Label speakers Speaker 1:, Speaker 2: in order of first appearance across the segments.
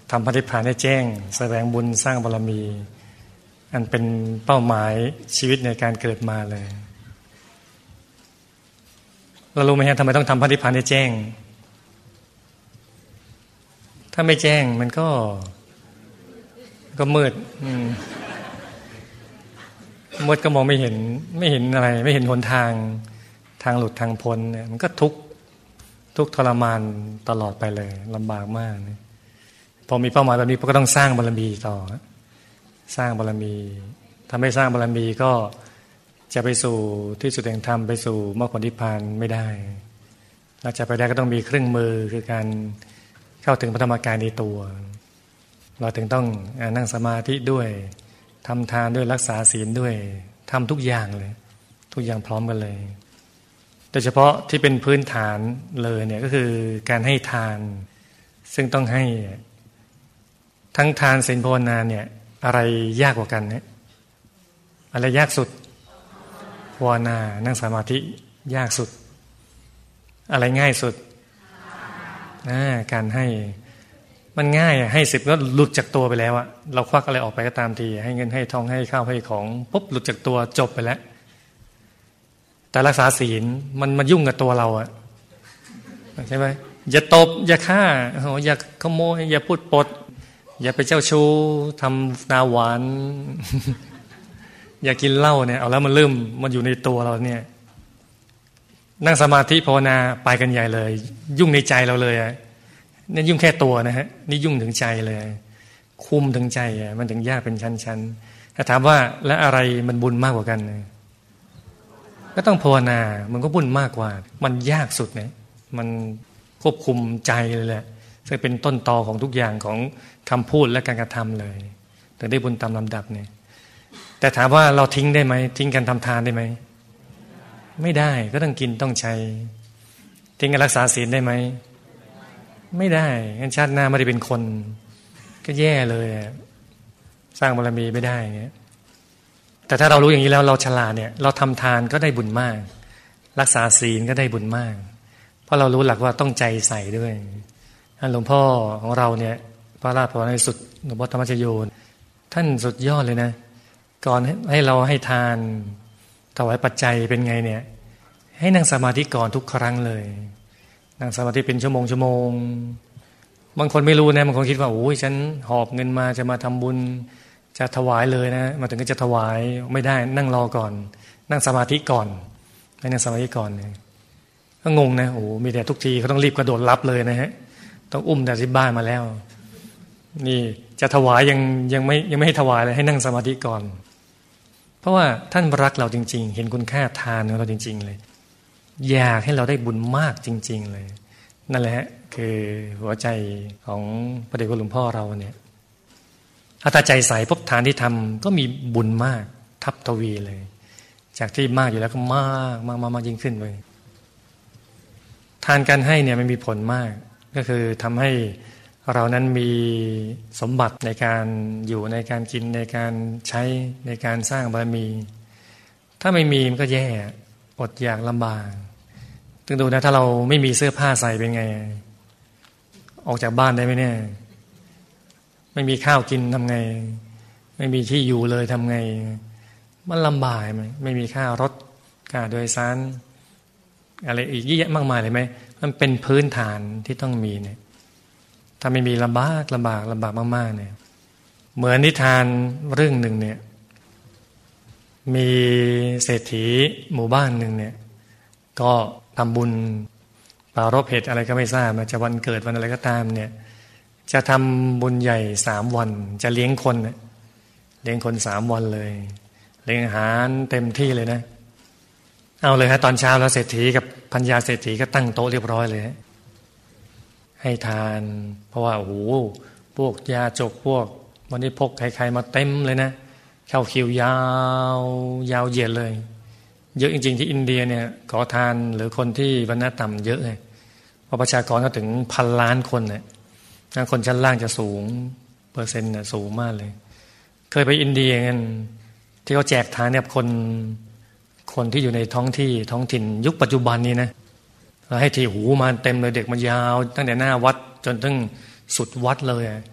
Speaker 1: ทำพระนิพพานให้แจ้งแสวงบุญสร้างบารมีอันเป็นเป้าหมายชีวิตในการเกิดมาเลยเรารู้ไหมฮะทำไมต้องทำพระนิพพานให้แจ้งถ้าไม่แจ้งมันก็มืดมืดก็มองไม่เห็นอะไรไม่เห็นหนทางหลุดทางพ้นเนี่ยมันก็ทุกข์ทรมานตลอดไปเลยลำบากมากนะพอมีเป้าหมายแบบนี้ก็ต้องสร้างบารมีต่อสร้างบารมีถ้าไม่สร้างบารมีก็จะไปสู่ที่สุดแห่งธรรมไปสู่มรรคผลนิพพานไม่ได้เราจะไปได้ก็ต้องมีเครื่องมือคือการเข้าถึงพระธรรมกายในตัวเราถึงต้องนั่งสมาธิด้วยทำทานด้วยรักษาศีลด้วยทำทุกอย่างเลยทุกอย่างพร้อมกันเลยโดยเฉพาะที่เป็นพื้นฐานเลยเนี่ยก็คือการให้ทานซึ่งต้องให้ทั้งทานศีลภาวนาเนี่ยอะไรยากกว่ากันเนี่ยอะไรยากสุดภาวนานั่งสมาธิยากสุดอะไรง่ายสุดการให้มันง่ายให้10ก็หลุดจากตัวไปแล้วอะเราควักอะไรออกไปก็ตามทีให้เงินให้ทองให้ข้าวให้ของปุ๊บหลุดจากตัวจบไปแล้วแต่รักษาศีลมันยุ่งกับตัวเราอะใช่ไหมอย่าตบอย่าฆ่าอย่าขโมยอย่าพูดปดอย่าไปเจ้าชู้ทำนาหวานอย่ากินเหล้าเนี่ยเอาแล้วมันอยู่ในตัวเราเนี่ยนั่งสมาธิภาวนาไปกันใหญ่เลยยุ่งในใจเราเลยนี่ยุ่งแค่ตัวนะฮะนี่ยุ่งถึงใจเลยคุมถึงใจมันถึงยากเป็นชั้นๆถ้าถามว่าแล้วอะไรมันบุญมากกว่ากันก็ต้องภาวนามันก็บุญมากกว่ามันยากสุดเนี่ยมันควบคุมใจเลยแหละซึ่งเป็นต้นตอของทุกอย่างของคำพูดและการกระทำเลยถึงได้บุญตามลำดับเนี่ยแต่ถามว่าเราทิ้งได้ไหมทิ้งการทำทานได้ไหมไม่ได้ก็ต้องกินต้องใช้ทิ้งการรักษาศีลได้ไหมไม่ได้งั้นชาติหน้าไม่ได้เป็นคนก็แย่เลยสร้างบารมีไม่ได้เงี้ยแต่ถ้าเรารู้อย่างนี้แล้วเราฉลาดเนี่ยเราทำทานก็ได้บุญมากรักษาศีลก็ได้บุญมากเพราะเรารู้หลักว่าต้องใจใส่ด้วยหลวงพ่อของเราเนี่ยพระราชภาวนาสุดหลวงพ่อธรรมชโยท่านสุดยอดเลยนะก่อนให้เราให้ทานถวายปัจจัยเป็นไงเนี่ยให้นั่งสมาธิก่อนทุกครั้งเลยนั่งสมาธิเป็นชั่วโมงบางคนไม่รู้นะบางคนคิดว่าโอ้ยฉันหอบเงินมาจะมาทำบุญจะถวายเลยนะมาถึงก็จะถวายไม่ได้นั่งรอก่อนนั่งสมาธิก่อนให้นั่งสมาธิก่อนเนี่ยก็งงนะโอ้มีแต่ทุกทีเขาต้องรีบกระโดดรับเลยนะฮะต้องอุ้มแต่ที่บ้านมาแล้วนี่จะถวายยังไม่ให้ถวายเลยให้นั่งสมาธิก่อนเพราะว่าท่านรักเราจริงๆเห็นคุณค่าทานของเราจริงๆเลยอยากให้เราได้บุญมากจริงๆเลยนั่นแหละคือหัวใจของพระเดชคุณหลวงพ่อเราเนี่ยถ้าใจใส่พบทานที่ทำก็มีบุญมากทับทวีเลยจากที่มากอยู่แล้วก็มากยิ่งขึ้นเลยทานการให้เนี่ยมันมีผลมากก็คือทำให้เรานั้นมีสมบัติในการอยู่ในการกินในการใช้ในการสร้างบารมีถ้าไม่มีมันก็แย่อดอยากลำบากถึงดูนะถ้าเราไม่มีเสื้อผ้าใส่เป็นไงออกจากบ้านได้ไหมเนี่ยไม่มีข้าวกินทำไงไม่มีที่อยู่เลยทำไงมันลำบากไหมไม่มีค่ารถค่าโดยสารอะไรอีกเยอะแยะมากมายเลยไหมมันเป็นพื้นฐานที่ต้องมีเนี่ยถ้าไม่มีลำบากมากๆเนี่ยเหมือนนิทานเรื่องหนึ่งเนี่ยมีเศรษฐีหมู่บ้านหนึ่งเนี่ยก็ทำบุญปรารภเหตุอะไรก็ไม่ทราบจะวันเกิดวันอะไรก็ตามเนี่ยจะทำบุญใหญ่3 วันจะเลี้ยงคน3 วันเลยเลี้ยงอาหารเต็มที่เลยนะเอาเลยฮะตอนเช้าแล้วเศรษฐีกับภรรยาเศรษฐีก็ตั้งโต๊ะเรียบร้อยเลยให้ทานเพราะว่าโอ้โหพวกยาจกพวกวันนี้พกใครๆมาเต็มเลยนะเข้าคิวยาวเหยียดเลยเยอะจริงๆที่อินเดียเนี่ยขอทานหรือคนที่วรรณะต่ำเยอะเลยเพราะประชากรก็ถึง1,000 ล้านคนเนี่ยคนชั้นล่างจะสูงเปอร์เซ็นต์เนี่ยสูงมากเลยเคยไปอินเดียกันที่เขาแจกทานเนี่ยคนที่อยู่ในท้องถิ่นยุคปัจจุบันนี้นะให้ทีหูมาเต็มเลยเด็กมันยาวตั้งแต่หน้าวัดจนถึงสุดวัดเลย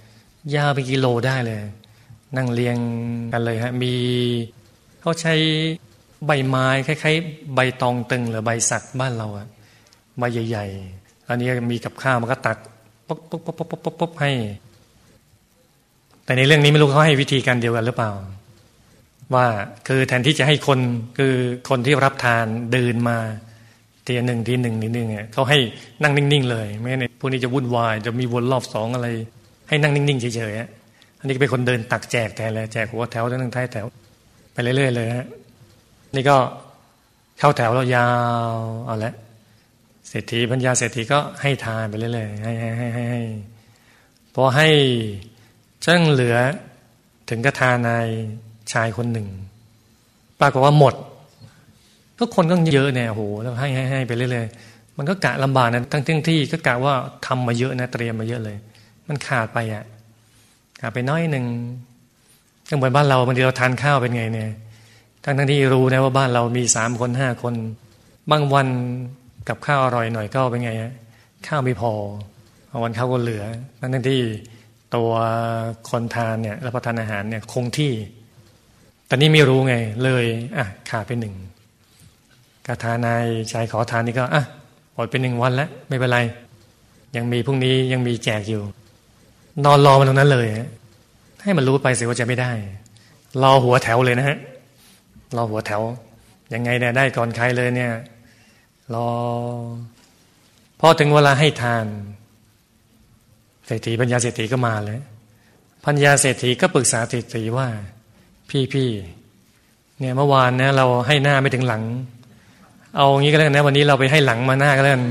Speaker 1: ยาวไปกิโลได้เลยนั่งเรียงกันเลยฮะมีเขาใช้ใบไม้คล้ายๆใบตองตึงหรือใบสักบ้านเราอะใบใหญ่ๆอันนี้มีกับข้าวมันก็ตักป๊บป๊บป๊บป๊บป๊บป๊บให้แต่ในเรื่องนี้ไม่รู้เขาให้วิธีการเดียวกันหรือเปล่าว่าคือแทนที่จะให้คนคือคนที่รับทานเดินมาทีหนึ่งเนี่ยเขาให้นั่งนิ่งๆเลยไม่งั้นพวกนี้จะวุ่นวายจะมีวนรอบสองอะไรให้นั่งนิ่งๆเฉยๆอันนี้ก็เป็นคนเดินตักแจกแทนเลยแจกหัวแถวแล้วนั่งท้ายแถวไปเรื่อยๆเลยฮะนี่ก็เข้าแถวแล้วยาวเอาละเศรษฐีปัญญาเศรษฐีก็ให้ทานไปเรื่อยๆให้พอให้จนเหลือถึงกระทานายชายคนหนึ่งปรากฏว่าหมดก็คนก็เยอะเนี่ยโหแล้วให้ไปเรื่อยๆมันก็กะลำบากนะทั้งที่ก็กะว่าทำมาเยอะนะเตรียมมาเยอะเลยมันขาดไปขาดไปน้อยหนึ่งก็เหมือนบ้านเราบางทีเราทานข้าวเป็นไงเนี่ยทั้งที่รู้นะว่าบ้านเรามี3 คน5 คนบางวันกับข้าวอร่อยหน่อยก็เป็นไงข้าวไม่พอบางวันข้าวก็เหลือทั้งที่ตัวคนทานเนี่ยรับประทานอาหารเนี่ยคงที่แต่นี่ไม่รู้ไงเลยขาดไป1กระทานายชายขอทานนี่ก็อดไป1 วันแล้วไม่เป็นไรยังมีพรุ่งนี้ยังมีแจกอยู่นอนรอมันตรงนั้นเลยให้มันรู้ไปสิว่าจะไม่ได้รอหัวแถวเลยนะฮะรอหัวแถวยังไงเนี่ยได้ก่อนใครเลยเนี่ยรอพอถึงเวลาให้ทานเศรษฐีปัญญาเศรษฐีก็มาเลยปัญญาเศรษฐีก็ปรึกษาเศรษฐีว่าพี่เนี่ยเมื่อวานนะเราให้หน้าไม่ถึงหลังเอางี้ก็แล้วกันนะวันนี้เราไปให้หลังมาหน้าก็แล้วกัน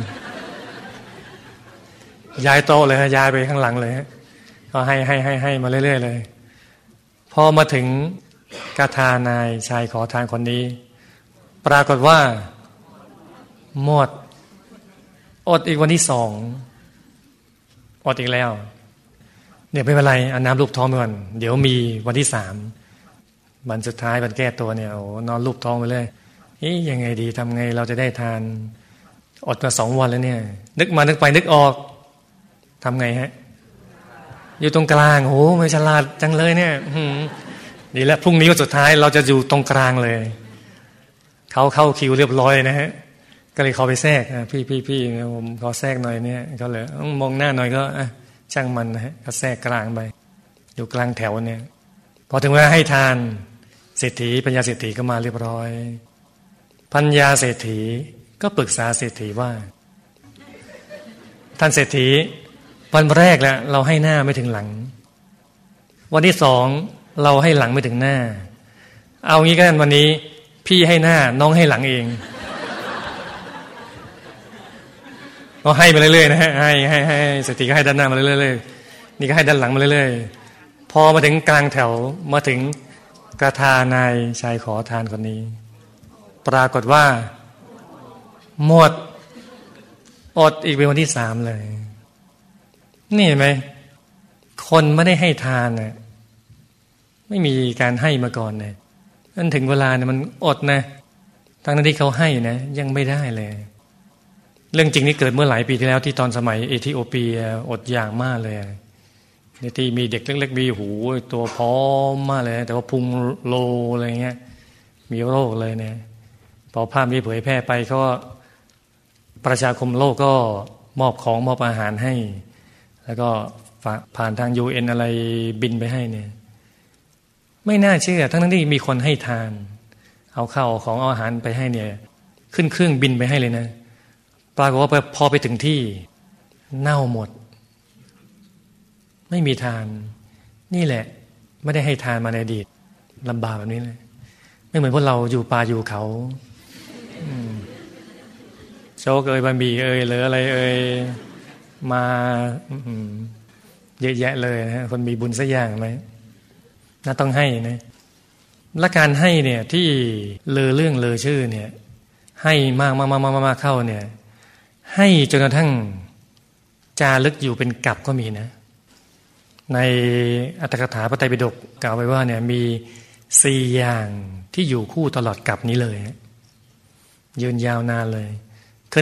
Speaker 1: ย้ายโต๊ะเลยฮะย้ายไปข้างหลังเลยฮะก็ให้มาเรื่อยๆเลยพอมาถึงกาทานายชายขอทานคนนี้ปรากฏว่าหมดอดอีกวันที่2อดอีกแล้วเนี่ยไม่เป็นไรเอาน้ำลูบท้องไปก่อนเดี๋ยวมีวันที่3วันสุดท้ายวันแก้ตัวเนี่ยโอ้นอนลูบท้องไปเลยยังไงดีทำไงเราจะได้ทานอดมา2 วันแล้วเนี่ยนึกมานึกไปนึกออกทำไงฮะอยู่ตรงกลางโอ้ไม่ฉลาดจังเลยเนี่ยดีแล้วพรุ่งนี้วันสุดท้ายเราจะอยู่ตรงกลางเลยเขาเข้าคิวเรียบร้อยนะฮะก็เลยเขาไปแทรกพี่ผมขอแทรกหน่อยเนี่ยก็เลยต้องมองหน้าหน่อยก็ช่างมันนะฮะก็แทรกกลางไปอยู่กลางแถวเนี่ยพอถึงเวลาให้ทานเศรษฐีปัญญาเศรษฐีก็มาเรียบร้อยปัญญาเศรษฐีก็ปรึกษาเศรษฐีว่าท่านเศรษฐีวันแรกแล้วเราให้หน้าไม่ถึงหลังวันที่2เราให้หลังไม่ถึงหน้าเอางี้กันวันนี้พี่ให้หน้าน้องให้หลังเองก็ให้มาเรื่อยๆนะฮะให้เศรษฐีก็ให้ด้านหน้ามาเรื่อยๆนี่ก็ให้ด้านหลังมาเรื่อยๆพอมาถึงกลางแถวมาถึงกระทานายชายขอทานคนนี้ปรากฏว่าหมดอดอีกเป็นวันที่3เลยนี่เห็นไหมคนไม่ได้ให้ทานน่ะไม่มีการให้มาก่อนเนี่ยนั่นถึงเวลาเนี่ยมันอดนะทั้งที่เขาให้นะยังไม่ได้เลยเรื่องจริงนี่เกิดเมื่อหลายปีที่แล้วที่ตอนสมัยเอธิโอเปียอดอย่างมากเลยเนี่ยที่มีเด็กเล็กๆมีหูตัวพร้อมมากเลยแต่ว่าพุงโลอะไรเงี้ยมีโรคเลยเนี่ยพอภาพนี้เผยแพร่ไปก็ประชาคมโลกก็มอบของมอบอาหารให้แล้วก็ผ่านทาง UN อะไรบินไปให้เนี่ยไม่น่าเชื่อทั้งที่มีคนให้ทานเอาข้าวของเอาอาหารไปให้เนี่ยขึ้นเครื่องบินไปให้เลยนะปรากฏว่าพอไปถึงที่เน่าหมดไม่มีทานนี่แหละไม่ได้ให้ทานมาในอดีตลำบากแบบนี้เลยไม่เหมือนพวกเราอยู่ป่าอยู่เขาโจ๊กบะหมี่หรืออะไรมาเยอะแยะเลยนะคนมีบุญสักอย่างไหมน่าต้องให้นะและการให้เนี่ยที่เลอเรื่องเลอชื่อเนี่ยให้มากเข้าเนี่ยให้จนกระทั่งจารึกอยู่เป็นกลับก็มีนะในอัตถกถาพระไตรปิฎกกล่าวไว้ว่าเนี่ยมี4 อย่างที่อยู่คู่ตลอดกลับนี้เลยยืนยาวนานเลยคือ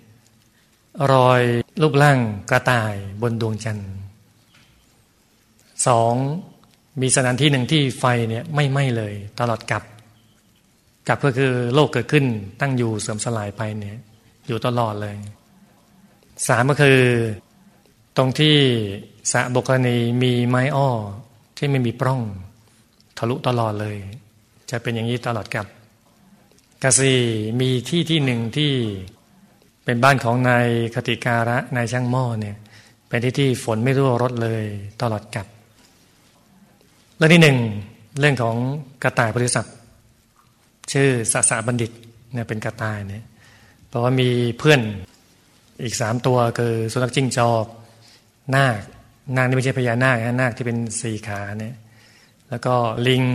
Speaker 1: 1รอยรูปร่างกระต่ายบนดวงจันทร์ 2มีสถานที่หนึ่งที่ไฟเนี่ยไม่ไหม้เลยตลอดกลับก็คือโลกเกิดขึ้นตั้งอยู่เสื่อมสลายไปเนี่ยอยู่ตลอดเลย3ก็คือตรงที่สระบกรณีมีไม้อ้อที่ไม่มีปล้องทะลุตลอดเลยจะเป็นอย่างนี้ตลอดกลับกสี่มีที่หนึ่งที่เป็นบ้านของนายคติการะนายช่างหม้อเนี่ยเป็นที่ฝนไม่รั่วรดเลยตลอดกลับเรื่องที่1เรื่องของกระต่ายบริษัทชื่อสสะบัณฑิตเนี่ยเป็นกระต่ายเนี่ยเพราะว่ามีเพื่อนอีก3ตัวคือสุนัขจิ้งจอกนาคนี่ไม่ใช่พญานาคนะนาคที่เป็น4ขาเนี่ยแล้วก็ลิง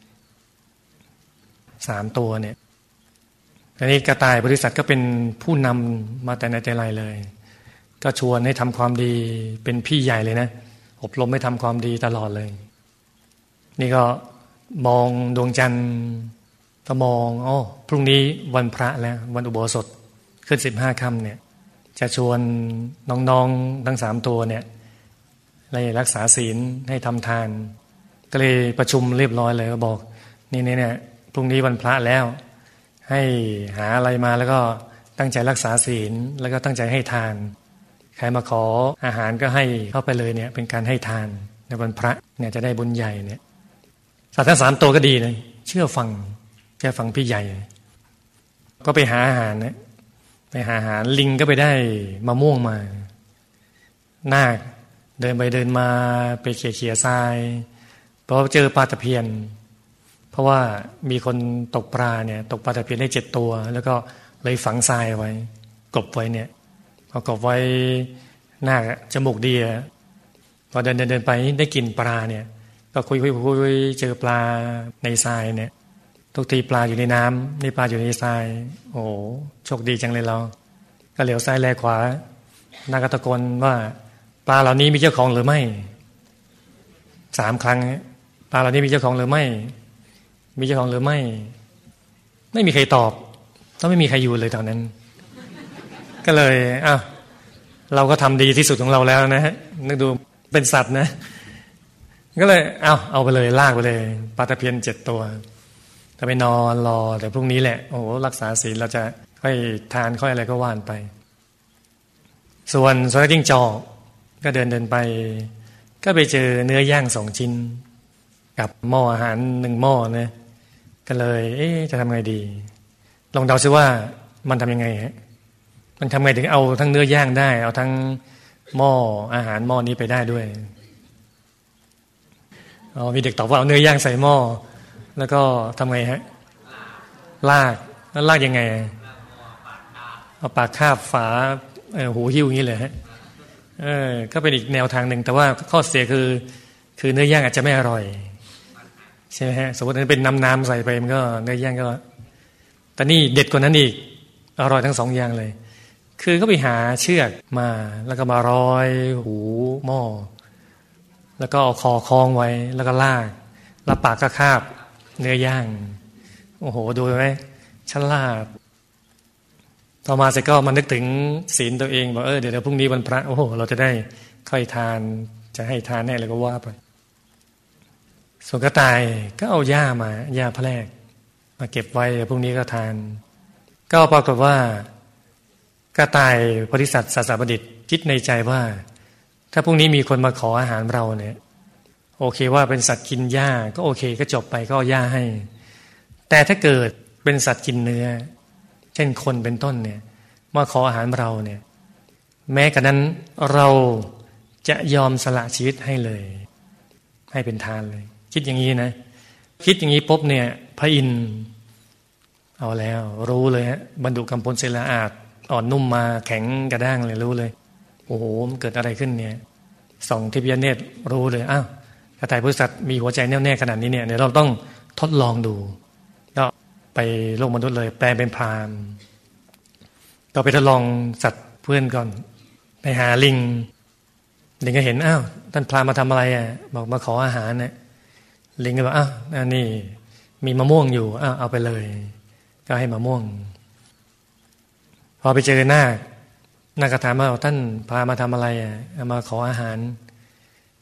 Speaker 1: 3ตัวเนี่ยอันนี้กระต่ายบริษัทก็เป็นผู้นำมาแต่ในแต่ไรเลยก็ชวนให้ทำความดีเป็นพี่ใหญ่เลยนะอบรมให้ทำความดีตลอดเลยนี่ก็มองดวงจันทร์ก็มองพรุ่งนี้วันพระแล้ววันอุโบสถขึ้น15 ค่ำเนี่ยจะชวนน้องๆทั้ง3ตัวเนี่ยให้รักษาศีลให้ทำทานก็เลยประชุมเรียบร้อยเลยก็บอกนี่เนี่ยพรุ่งนี้วันพระแล้วให้หาอะไรมาแล้วก็ตั้งใจรักษาศีลแล้วก็ตั้งใจให้ทานใครมาขออาหารก็ให้เข้าไปเลยเนี่ยเป็นการให้ทานในวันพระเนี่ยจะได้บุญใหญ่เนี่ยสัตว์ทั้ง3ตัวก็ดีเลยเชื่อฟังพี่ใหญ่ก็ไปหาอาหารนะไปหาอาหารลิงก็ไปได้มะม่วงมานาคเดินไปเดินมาไปเขี่ยทรายเพราะเจอปลาตะเพียนเพราะว่ามีคนตกปลาเนี่ยตกปลาตะเพียนได้7 ตัวแล้วก็เลยฝังทรายไว้กบไว้เนี่ยพอกบไว้นาคจมูกดีพอเดินไปได้กลิ่นปลาเนี่ยก็คุยเจอปลาในทรายเนี่ยทุกทีปลาอยู่ในน้ำนี่ปลาอยู่ในทรายโอ้โชคดีจังเลยเราก็เหลียวซ้ายแลขวานาคตะโกนว่าปลาเหล่านี้มีเจ้าของหรือไม่3 ครั้งปลาเหล่านี้มีเจ้าของหรือไม่มีเจ้าของหรือไม่มีใครตอบต้องไม่มีใครอยู่เลยตอนนั้นก็เลยเราก็ทำดีที่สุดของเราแล้วนะฮะนึกดูเป็นสัตว์นะก็เลยเอาไปเลยลากไปเลยปลาตะเพียน7 ตัวถ้าไปนอนรอแต่พรุ่งนี้แหละโอ้โหรักษาศีลเราจะค่อยทานค่อยอะไรก็ว่านไปส่วนสุนัขจิ้งจอกก็เดินไปก็ไปเจอเนื้อย่าง2 ชิ้นกับหม้ออาหาร1 หม้อนะก็เลยจะทำไงดีลองเดาซิว่ามันทำยังไงฮะมันทำไงถึงเอาทั้งเนื้อย่างได้เอาทั้งหม้ออาหารหม้อนี้ไปได้ด้วยมีเด็กตอบว่าเอาเนื้อย่างใส่หม้อแล้วก็ทำไงฮะลากยังไงเอาปากคาบฝาหูหิ้วอย่างนี้เลยฮะก็เป็นอีกแนวทางหนึ่งแต่ว่าข้อเสียคือเนื้อย่างอาจจะไม่อร่อยใช่ไหมฮะสมมติว่าเป็นน้ำใส่ไปมันก็เนื้อย่างก็แต่นี่เด็ดกว่านั้นอีกอร่อยทั้ง2 อย่างเลยคือเขาไปหาเชือกมาแล้วก็มาร้อยหูหม้อแล้วก็เอาคอคล้องไว้แล้วก็ลากแล้วปากก็คาบเนื้อย่างโอ้โหดูไหมฉลาดต่อมาเสร็จก็มานึกถึงศีลตัวเองบอกเดี๋ยวพรุ่งนี้วันพระโอ้โหเราจะได้ค่อยทานจะให้ทานแน่เลยก็ว่าไปส่วนกระต่ายก็เอาหญ้าแพรกมาเก็บไว้พรุ่งนี้ก็ทานก็ปรากฏว่ากระต่ายโพธิสัตว์สสะบัณฑิตคิดในใจว่าถ้าพรุ่งนี้มีคนมาขออาหารเราเนี่ยโอเคว่าเป็นสัตว์กินหญ้าก็โอเคก็จบไปก็เอาหญ้าให้แต่ถ้าเกิดเป็นสัตว์กินเนื้อเช่นคนเป็นต้นเนี่ยมาขออาหารเราเนี่ยแม้กระนั้นเราจะยอมสละชีวิตให้เลยให้เป็นทานเลยคิดอย่างนี้นะคิดอย่างนี้ปุ๊บเนี่ยพระอินทร์เอาแล้วรู้เลยฮะบรรดุกัมพลศิลาอาจอ่อนนุ่มมาแข็งกระด้างเลยรู้เลยโอ้โหมันเกิดอะไรขึ้นเนี่ยส่องทิพยเนตรรู้เลยกระต่ายบริษัทมีหัวใจแน่วแน่ขนาดนี้เนี่ยเดี๋ยวเราต้องทดลองดูก็ไปโลกมนุษย์เลยแปลเป็นพราหมณ์ก็ไปทดลองสัตว์เพื่อนก่อนไปหาลิงก็เห็นท่านพราหมณ์มาทำอะไรบอกมาขออาหารเนี่ยลิงก็บอกนี่มีมะม่วงอยู่เอาไปเลยก็ให้มะม่วงพอไปเจอนาคก็ถามว่าท่านพามาทำอะไรมาขออาหาร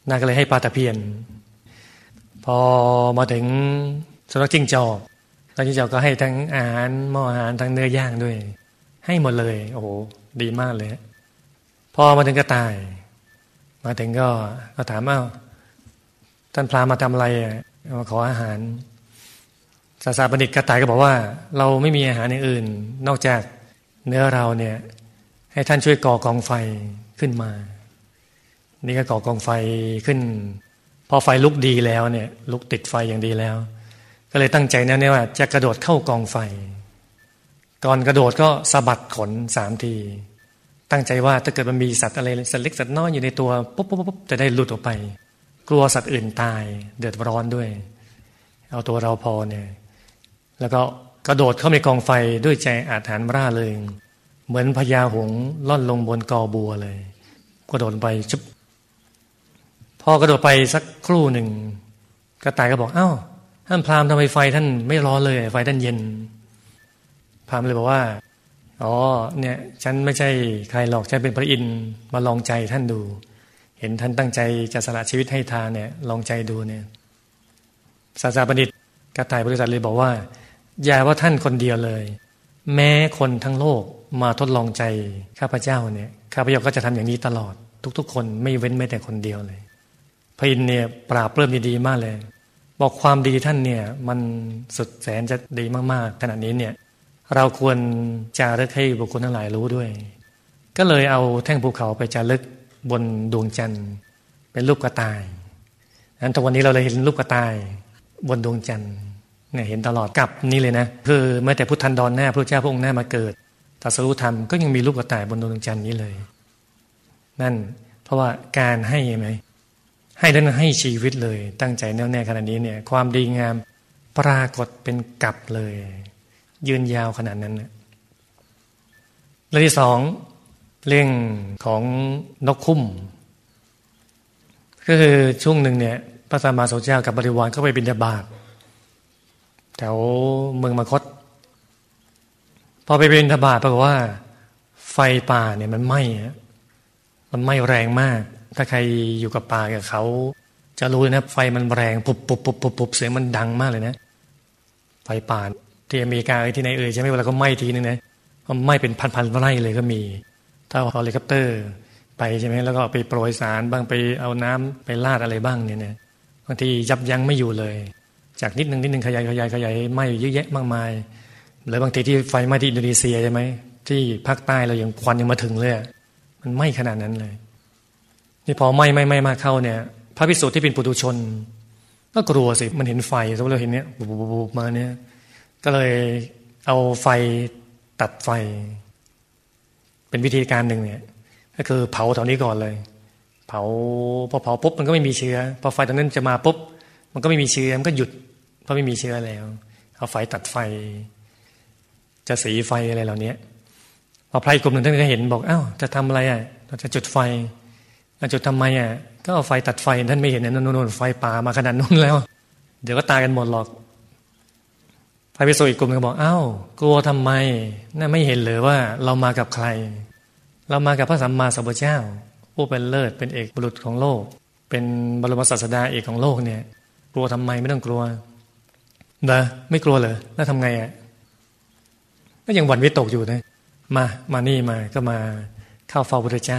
Speaker 1: นางก็เลยให้ปลาตะเพียนพอมาถึงสุนัขจิ้งจอกแล้วจิ้งจอกก็ให้ทั้งอาหารหม้ออาหารทั้งเนื้อย่างด้วยให้หมดเลยโอ้โหดีมากเลยพอมาถึงกระต่ายมาถึงก็ถามท่านพราหมณ์มาทำอะไรมาขออาหารศาสนาบัณฑิตกระต่ายก็บอกว่าเราไม่มีอาหารอย่างอื่นนอกจากเนื้อเราเนี่ยให้ท่านช่วยก่อกองไฟขึ้นมานี่ก็ก่อกองไฟขึ้นพอไฟลุกดีแล้วเนี่ยลุกติดไฟอย่างดีแล้วก็เลยตั้งใจแน่ๆว่าจะกระโดดเข้ากองไฟก่อนกระโดดก็สะบัดขน3 ทีตั้งใจว่าถ้าเกิดมันมีสัตว์อะไรสัตว์เล็กสัตว์น้อยอยู่ในตัวปุ๊บจะได้หลุดออกไปกลัวสัตว์อื่นตายเดือดร้อนด้วยเอาตัวเราพอเนี่ยแล้วก็กระโดดเข้าในกองไฟด้วยใจอาถรรพ์ร่าเริงเหมือนพญาหงส์ล่อนลงบนกอบัวเลยกระโดดไปชุบพอกระโดดไปสักครู่หนึ่งกระต่ายก็บอกท่านพราหมณ์ทำไมไฟท่านไม่ร้อนเลยไฟท่านเย็นพราหมณ์เลยบอกว่าเนี่ยฉันไม่ใช่ใครหรอกฉันเป็นพระอินทร์มาลองใจท่านดูเห็นท่านตั้งใจจะสละชีวิตให้ทานเนี่ยลองใจดูเนี่ยศาสนาบัณฑิตกระต่ายบริษัทเลยบอกว่าอย่าว่าท่านคนเดียวเลยแม้คนทั้งโลกมาทดลองใจข้าพเจ้าเนี่ยข้าพเจ้าก็จะทำอย่างนี้ตลอดทุกๆคนไม่เว้นแม้แต่คนเดียวเลยพระอินทร์เนี่ยปราบเริ่มดีมากเลยบอกความดีท่านเนี่ยมันสุดแสนจะดีมากๆขณะนี้เนี่ยเราควรจารึกให้บุคคลทั้งหลายรู้ด้วยก็เลยเอาแท่งภูเขาไปจารึกบนดวงจันทร์เป็นรูปกระต่ายนั้นทุกวันนี้เราเลยเห็นรูปกระต่ายบนดวงจันทร์เนี่ยเห็นตลอดกับนี้เลยนะคือแม้แต่พุทธันดรหน้าพระเจ้าพระองค์หน้ามาเกิดตรัสรู้ธรรมก็ยังมีรูปกระต่ายบนดวงจันทร์นี้เลยนั่นเพราะว่าการให้ไหมให้แล้วให้ชีวิตเลยตั้งใจแน่วแน่ขนาดนี้เนี่ยความดีงามปรากฏเป็นกับเลยยืนยาวขนาดนั้นนะเรื่องที่2เรื่องของนกคุ้มก็คือช่วงหนึ่งเนี่ยพระสัมมาสัมพุทธเจ้ากับบริวารก็ไปบิณฑบาตแถวเมืองมคธพอไปบิณฑบาตปรากฏว่าไฟป่าเนี่ยมันไหม้แรงมากถ้าใครอยู่กับป่ากับเขาจะรู้นะไฟมันแรงปุบเสียงมันดังมากเลยนะไฟป่าที่อเมริกาที่ไหนใช่ไหมเวลาก็ไหม้ทีนึงนะมันไหม้เป็นพันไร่เลยก็มีถ้าเฮลิคอปเตอร์ไปใช่ไหมแล้วก็ไปโปรยสารบ้างไปเอาน้ำไปลาดอะไรบ้างเนี่ยบางทียับยั้งไม่อยู่เลยจากนิดนึงขยายไหม้เยอะแยะมากมายหรือบางทีที่ไฟไหม้ที่อินโดนีเซียใช่ไหมที่ภาคใต้เรายังควันยังมาถึงเลยมันไหม้ขนาดนั้นเลยนี่พอไหม้มากเข้าเนี่ยพระภิกษุที่เป็นปุถุชนก็กลัวสิมันเห็นไฟสมมติเราเห็นเนี้ยบุบมาเนี่ยก็เลยเอาไฟตัดไฟเป็นวิธีการหนึ่งเนี่ยก็คือเผาแถวนี้ก่อนเลยเผาพอเผาปุ๊บมันก็ไม่มีเชื้อพอไฟตรงนั้นจะมาปุ๊บมันก็ไม่มีเชื้อมันก็หยุดเพราะไม่มีเชื้อแล้วเอาไฟตัดไฟจะสีไฟอะไรเหล่านี้พอพระอีกกลุ่มหนึ่งท่านก็เห็นบอกจะทำอะไรเราจะจุดไฟจุดทำไมก็เอาไฟตัดไฟท่านไม่เห็นนะนู่นไฟป่ามาขนาดนู้นแล้วเดี๋ยวก็ตายกันหมดหรอกพระภิกษุอีกกลุ่มนึงบอกกลัวทำไมน่าไม่เห็นเลยว่าเรามากับใครเรามากับพระสัมมาสัมพุทธเจ้าผู้เป็นเลิศเป็นเอกบุรุษของโลกเป็นบรมศาสดาเอกของโลกเนี่ยกลัวทำไมไม่ต้องกลัวนะไม่กลัวเหรอแล้วทำไงก็ยังหวั่นวิตกอยู่นะมานี่มาก็มาเข้าเฝ้าพระพุทธเจ้า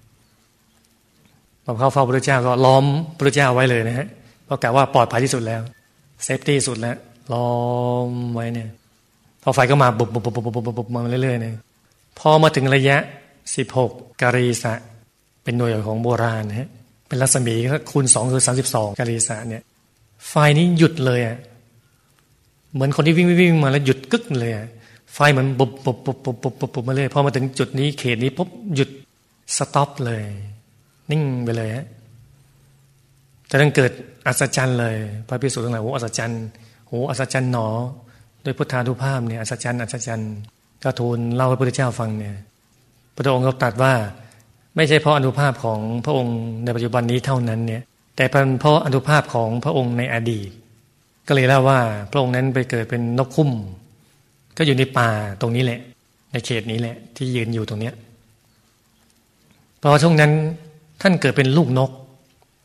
Speaker 1: พอเข้าเฝ้าพระพุทธเจ้าก็ล้อมพระพุทธเจ้าไว้เลยนะฮะเพราะกะว่าปลอดภัยที่สุดแล้วเซฟตี้สุดแล้วล้อมไว้เนี่ยพอไฟก็มาบุบมาเรื่อยๆเนี่ยพอมาถึงระยะ16กาลีสะเป็นหน่วยของโบราณนะฮะเป็นรัศมีคูณ2คือ32กาลีสะเนี่ยไฟนี้หยุดเลยเหมือนคนที่วิ่งมาแล้วหยุดกึกเลยไฟเหมือนบุบมาเลยพอมาถึงจุดนี้เขตนี้ปุ๊บหยุดสต็อปเลยนิ่งไปเลยฮะแต่นั้นเกิดอัศจรรย์เลยพระภิกษุทั้งหลายอัศจรรย์อัศจรรย์หนอโดยพุทธานุภาพเนี่ยอัศจรรย์ก็ทูลเล่าให้พระพุทธเจ้าฟังเนี่ยพระองค์ก็ตรัสว่าไม่ใช่เพราะอนุภาพของพระองค์ในปัจจุบันนี้เท่านั้นเนี่ยแต่เป็นเพราะอนุภาพของพระองค์ในอดีตก็เลยเล่าว่าพระองค์นั้นไปเกิดเป็นนกคุ้มก็อยู่ในป่าตรงนี้แหละในเขตนี้แหละที่ยืนอยู่ตรงเนี้ยพอช่วงนั้นท่านเกิดเป็นลูกนก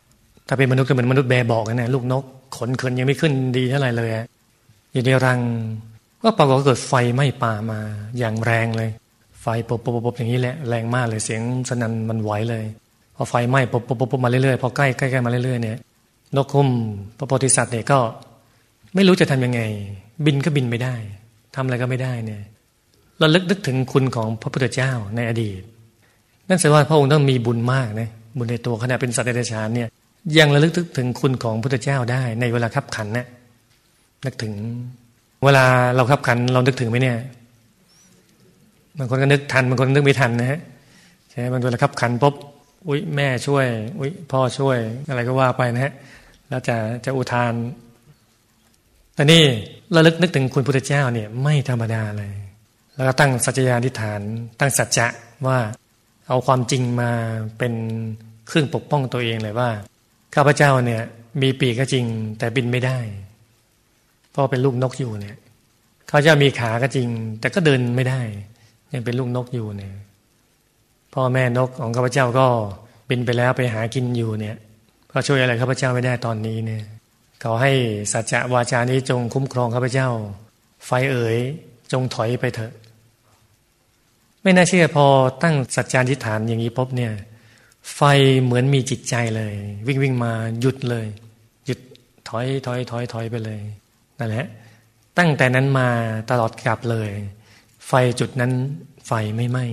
Speaker 1: ถ้าเป็นมนุษย์ก็เหมือนมนุษย์แบเบาะกันนะลูกนกขนเขินยังไม่ขึ้นดีเท่าไหร่เลยอยู่ในรังก็ปรากฏว่าเกิดไฟไหม้ป่ามาอย่างแรงเลยไฟปบอย่างนี้แหละแรงมากเลยเสียงสนั่นมันไหวเลยพอไฟไหม้ปบมาเรื่อยๆพอใกล้มาเรื่อยๆเนี่ยนกคุ้มพระโพธิสัตว์เนี่ยก็ไม่รู้จะทำยังไงบินก็บินไม่ได้ทำอะไรก็ไม่ได้เนี่ยเรานึกถึงคุณของพระพุทธเจ้าในอดีตนั่นแสดงว่าพระองค์ต้องมีบุญมากนะบุญในตัวขณะเป็นสัตว์เดรัจฉานเนี่ยยังระลึกถึงคุณของพระพุทธเจ้าได้ในเวลาคับขันนะนึกถึงเวลาเราคับขันเรานึกถึงไหมเนี่ยบางคนก็นึกทันบางคนนึกไม่ทันนะฮะใช่บางเวลาคับขันปุ๊บอุ๊ยแม่ช่วยอุ๊ยพ่อช่วยอะไรก็ว่าไปนะฮะแล้วจะอุทานแต่นี่ระลึกนึกถึงคุณพุทธเจ้าเนี่ยไม่ธรรมดาเลยแล้วก็ตั้งสัจจาธิษฐานตั้งสัจจะว่าเอาความจริงมาเป็นเครื่องปกป้องตัวเองเลยว่าข้าพเจ้าเนี่ยมีปีกก็จริงแต่บินไม่ได้เพราะเป็นลูกนกอยู่เนี่ยข้าพเจ้ามีขาก็จริงแต่ก็เดินไม่ได้ยังเป็นลูกนกอยู่เนี่ยพ่อแม่นกของข้าพเจ้าก็บินไปแล้วไปหากินอยู่เนี่ยก็ช่วยอะไรข้าพเจ้าไม่ได้ตอนนี้เนี่ยขอให้สัจจะวาจานี้จงคุ้มครองข้าพเจ้าไฟเอ๋ยจงถอยไปเถอะไม่น่าเชื่อพอตั้งสัจจาธิษฐานอย่างนี้ปุ๊บเนี่ยไฟเหมือนมีจิตใจเลยวิ่งมาหยุดเลยหยุดถอยไปเลยนั่นแหละตั้งแต่นั้นมาตลอดกลับเลยไฟจุดนั้นไฟไม่ไหม้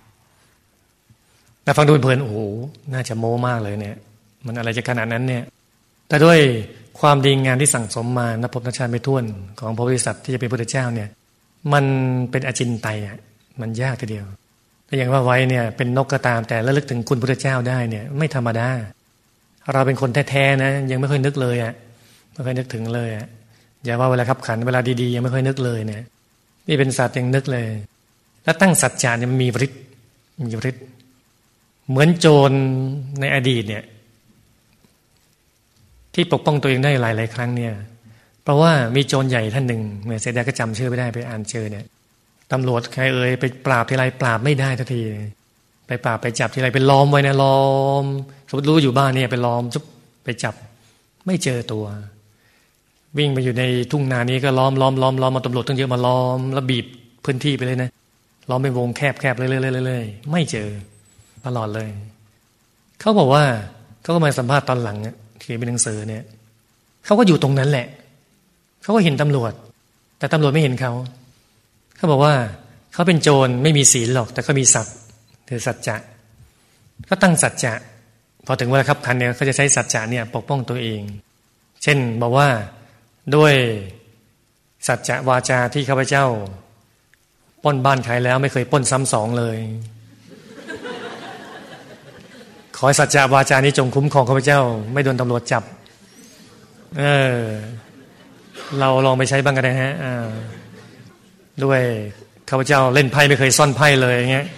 Speaker 1: แต่ฟังดูเพลินโอ้โหน่าจะโม้มากเลยเนี่ยมันอะไรจะขนาดนั้นเนี่ยแต่ด้วยความดีงามที่สั่งสมมานับพบนับชาติไม่ถ้วนของพระโพธิสัตว์ที่จะเป็นพุทธเจ้าเนี่ยมันเป็นอจินไตยอ่ะมันยากทีเดียวแต่อย่างว่าไว้เนี่ยเป็นนกก็ตามแต่ระลึกถึงคุณพุทธเจ้าได้เนี่ยไม่ธรรมดาเราเป็นคนแท้ๆนะยังไม่ค่อยนึกเลยอ่ะไม่ค่อยนึกถึงเลยอ่ะอย่าว่าเวลาขับขันเวลาดีๆยังไม่ค่อยนึกเลยเนี่ยนี่เป็นสัตว์ยังนึกเลยแล้วตั้งสัจจะเนี่ยมันมีฤทธิ์เหมือนโจรในอดีตเนี่ยที่ปกป้องตัวเองได้หลายๆครั้งเนี่ยเพราะว่ามีโจรใหญ่ท่านหนึ่งเมื่อเสด็จก็จำชื่อไม่ได้ไปอ่านเจอเนี่ยตำรวจใครไปปราบทีไรปราบไม่ได้ทันทีไปปราบไปจับทีไรไปล้อมไว้นะล้อมสมมติรู้อยู่บ้านเนี่ยไปล้อมจุ๊บไปจับไม่เจอตัววิ่งไปอยู่ในทุ่งนานี้ก็ล้อมมาตำรวจต้องเยอะมาล้อมแล้วบีบพื้นที่ไปเลยนะล้อมเป็นวงแคบเรื่อยๆไม่เจอตลอดเลยเขาบอกว่าเขาก็มาสัมภาษณ์ตอนหลังเขียนเป็นหนังสือเนี่ยเขาก็อยู่ตรงนั้นแหละเขาก็เห็นตำรวจแต่ตำรวจไม่เห็นเขาบอกว่าเขาเป็นโจรไม่มีศีลหรอกแต่ก็มีสัตว์คือสัจจะก็ตั้งสัจจะพอถึงเวลาคับขันเนี่ยเขาจะใช้สัจจะเนี่ยปกป้องตัวเองเช่นบอกว่าด้วยสัจจะวาจาที่ข้าพเจ้าปล้นบ้านใครแล้วไม่เคยปล้นซ้ำสองเลยขอให้สัจจะวาจานี้จงคุ้มครองข้าพเจ้าไม่โดนตำรวจจับเราลองไปใช้บ้างกันนะฮะด้วยข้าพเจ้าเล่นไพ่ไม่เคยซ่อนไพ่เลยอย่างเงี้ย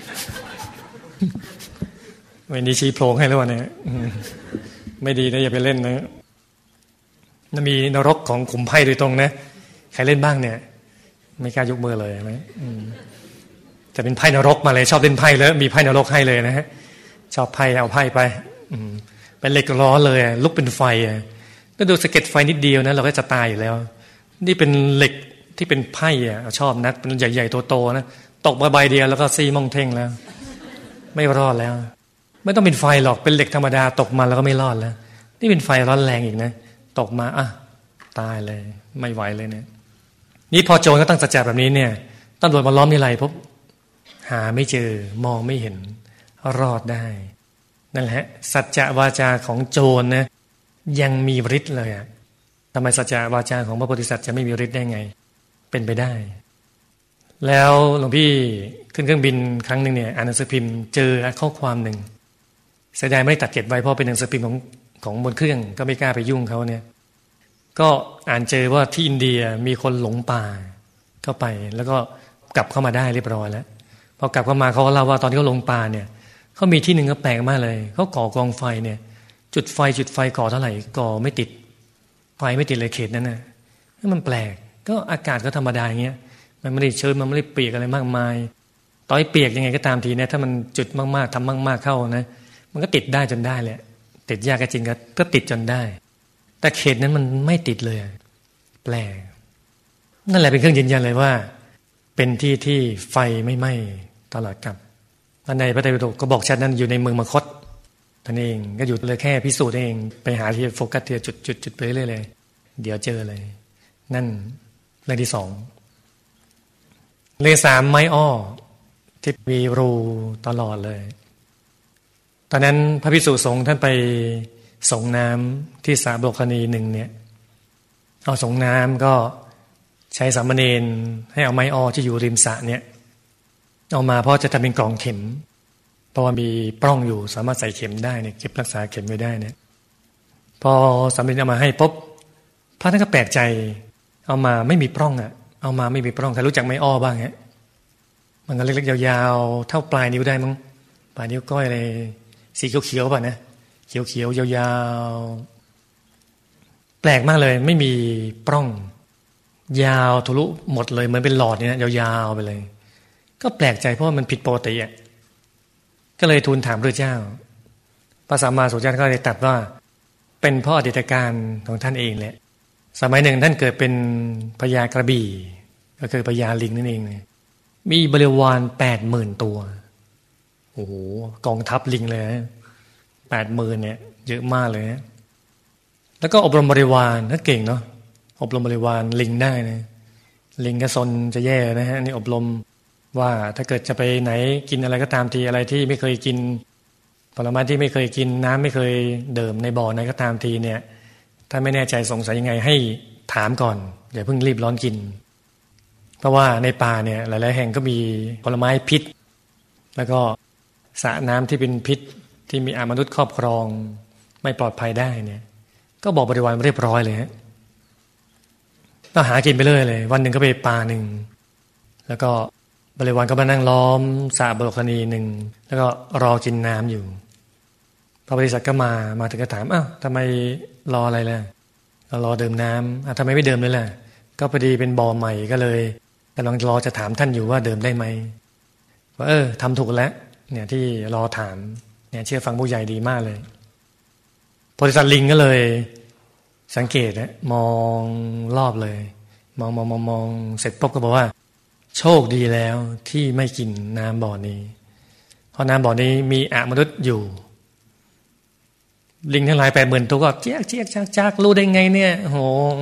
Speaker 1: วันนี้ชี้โพรงให้แล้วเนี่ยไม่ดีนะอย่าไปเล่นนะมันมีนรกของขุมไพ่โดยตรงนะใครเล่นบ้างเนี่ยไม่กล้ายกมือเลยไหมจะเป็นไพ่นรกมาเลยชอบเล่นไพ่แล้วมีไพ่นรกให้เลยนะฮะชอบไพ่เอาไพ่ไปเป็นเหล็กร้อนเลยลุกเป็นไฟก็ดูสะเก็ดไฟนิดเดียวนะเราก็จะตายอยู่แล้วนี่เป็นเหล็กที่เป็นไพ่ชอบนักเป็นใหญ่ๆโตๆนะตกมาใบเดียวแล้วก็ซี่มองเท่งแล้วไม่รอดแล้วไม่ต้องเป็นไฟหรอกเป็นเหล็กธรรมดาตกมาแล้วก็ไม่รอดแล้วนี่เป็นไฟร้อนแรงอีกนะตกมาตายเลยไม่ไหวเลยเนี่ยนี่พอโจรก็ตั้งสัจจะแบบนี้เนี่ยตำรวจมาล้อมนี่ไรพบหาไม่เจอมองไม่เห็นรอดได้นั่นแหละสัจจะวาจาของโจรนะยังมีฤทธิ์เลยทำไมสัจจะวาจาของพระโพธิสัตว์จะไม่มีฤทธิ์ได้ไงเป็นไปได้แล้วหลวงพี่ขึ้นเครื่องบินครั้งหนึ่งเนี่ยอ่านหนังสือพิมพ์เจอข้อความหนึ่งเสียดายไม่ได้ตัดเก็บไว้เพราะเป็นหนังสือพิมพ์ของบนเครื่องก็ไม่กล้าไปยุ่งเขาเนี่ยก็อ่านเจอว่าที่อินเดียมีคนหลงป่าเข้าไปแล้วก็กลับเข้ามาได้เรียบร้อยแล้วพอกลับเข้ามาเขาก็เล่าว่าตอนที่เขาหลงป่าเนี่ยเขามีที่หนึ่งก็แปลกมากเลยเขาก่อกองไฟเนี่ยจุดไฟก่อเท่าไหร่ก่อไม่ติดไฟไม่ติดเลยเขตนั้นนะมันแปลกก็อากาศก็ธรรมดาอย่างเงี้ยมันไม่ได้ชื้นมันไม่ได้เปียกอะไรมากมายต่อยเปียกยังไงก็ตามทีเนี่ยถ้ามันจุดมากๆทำมากๆเข้านะมันก็ติดได้จนได้แหละติดยากก็จริงก็ติดจนได้แต่เขตนั้นมันไม่ติดเลยแปลกนั่นแหละเป็นเครื่องยืนยันเลยว่าเป็นที่ที่ไฟไม่ไหม้ตลอดกาลในพระไตรปิฎกก็บอกชัดนั้นอยู่ในเมืองมคธท่านเองก็อยู่เลยแค่พิสูจน์เองไปหาที่โฟกัสที่จุดไปเรื่อยเลยเดี๋ยวเจอเลยนั่นเรื่องที่สองเรื่องสามไม้อ้อที่มีรูตลอดเลยตอนนั้นพระภิกษุสงฆ์ท่านไปส่งน้ำที่สระโบกคณีหนึ่งเนี่ยเอาส่งน้ำก็ใช้สามเณรให้เอาไม้อ้อที่อยู่ริมสระเนี่ยเอามาเพราะจะทำเป็นกล่องเข็มเพราะว่ามีปล้องอยู่สามารถใส่เข็มได้เนี่ยเก็บรักษาเข็มไว้ได้เนี่ยพอสามเณรเอามาให้ปุ๊บพระท่านก็แปลกใจเอามาไม่มีปล้องเอามาไม่มีปล้องใครรู้จักไม้อ้อบ้างฮะมันก็เล็กๆยาวๆเท่าปลายนิ้วได้มั้งปลายนิ้วก้อยเลยสีเขียวๆป่ะนะเขียวๆยาวๆแปลกมากเลยไม่มีปล้องยาวทะลุหมดเลยเหมือนเป็นหลอดเนี่ยยาวๆไปเลยก็แปลกใจเพราะว่ามันผิดปกติก็เลยทูลถามพระเจ้าพระสัมมาสัมพุทธเจ้าก็เลยตรัสว่าเป็นเพราะอดีตการของท่านเองแหละสมัยหนึ่งท่านเกิดเป็นพญากระบี่ก็คือพญาลิงนั่นเองมีบริวาร 80,000 ตัวโอ้โหกองทัพลิงเลย 80,000 เนี่ยเยอะมากเลยแล้วก็อบรมบริวารถ้าเก่งเนาะอบรมบริวารลิงได้นะลิงก็ซนจะแย่นะฮะนี่อบรมว่าถ้าเกิดจะไปไหนกินอะไรก็ตามทีอะไรที่ไม่เคยกินผลไม้ที่ไม่เคยกินน้ำไม่เคยดื่มในบ่อไหนก็ตามทีเนี่ยถ้าไม่แน่ใจสงสัยยังไงให้ถามก่อนอย่าเพิ่งรีบร้อนกินเพราะว่าในป่าเนี่ยหลายๆแห่งก็มีผลไม้พิษแล้วก็สระน้ำที่เป็นพิษที่มีมนุษย์ครอบครองไม่ปลอดภัยได้เนี่ยก็บอกบริวารเรียบร้อยเลยฮะก็หากินไปเรื่อยเลยวันหนึ่งก็ไปป่าหนึ่งแล้วก็บริวารก็มานั่งล้อมสระโบกคณีหนึ่งแล้วก็รอกินน้ำอยู่พระบริษัทก็มาถึงก็ถามอ้าวทำไมรออะไรล่ะรอดื่มน้ำทำไมไม่ดื่มเลยล่ะก็พอดีเป็นบ่อใหม่ก็เลยกำลังรอจะถามท่านอยู่ว่าดื่มได้ไหมว่าทำถูกแล้วเนี่ยที่รอถามเนี่ยเชื่อฟังผู้ใหญ่ดีมากเลยบริษัทลิงก็เลยสังเกตมองรอบเลยมองเสร็จปุ๊บก็บอกว่าโชคดีแล้วที่ไม่กินน้ำบ่อนี้เพราะน้ำบ่อนี้มีมนุษย์อยู่ลิงทั้งหลาย 80,000 ตัวก็เจี๊ยกจักรู้ได้ไงเนี่ยโอ้โห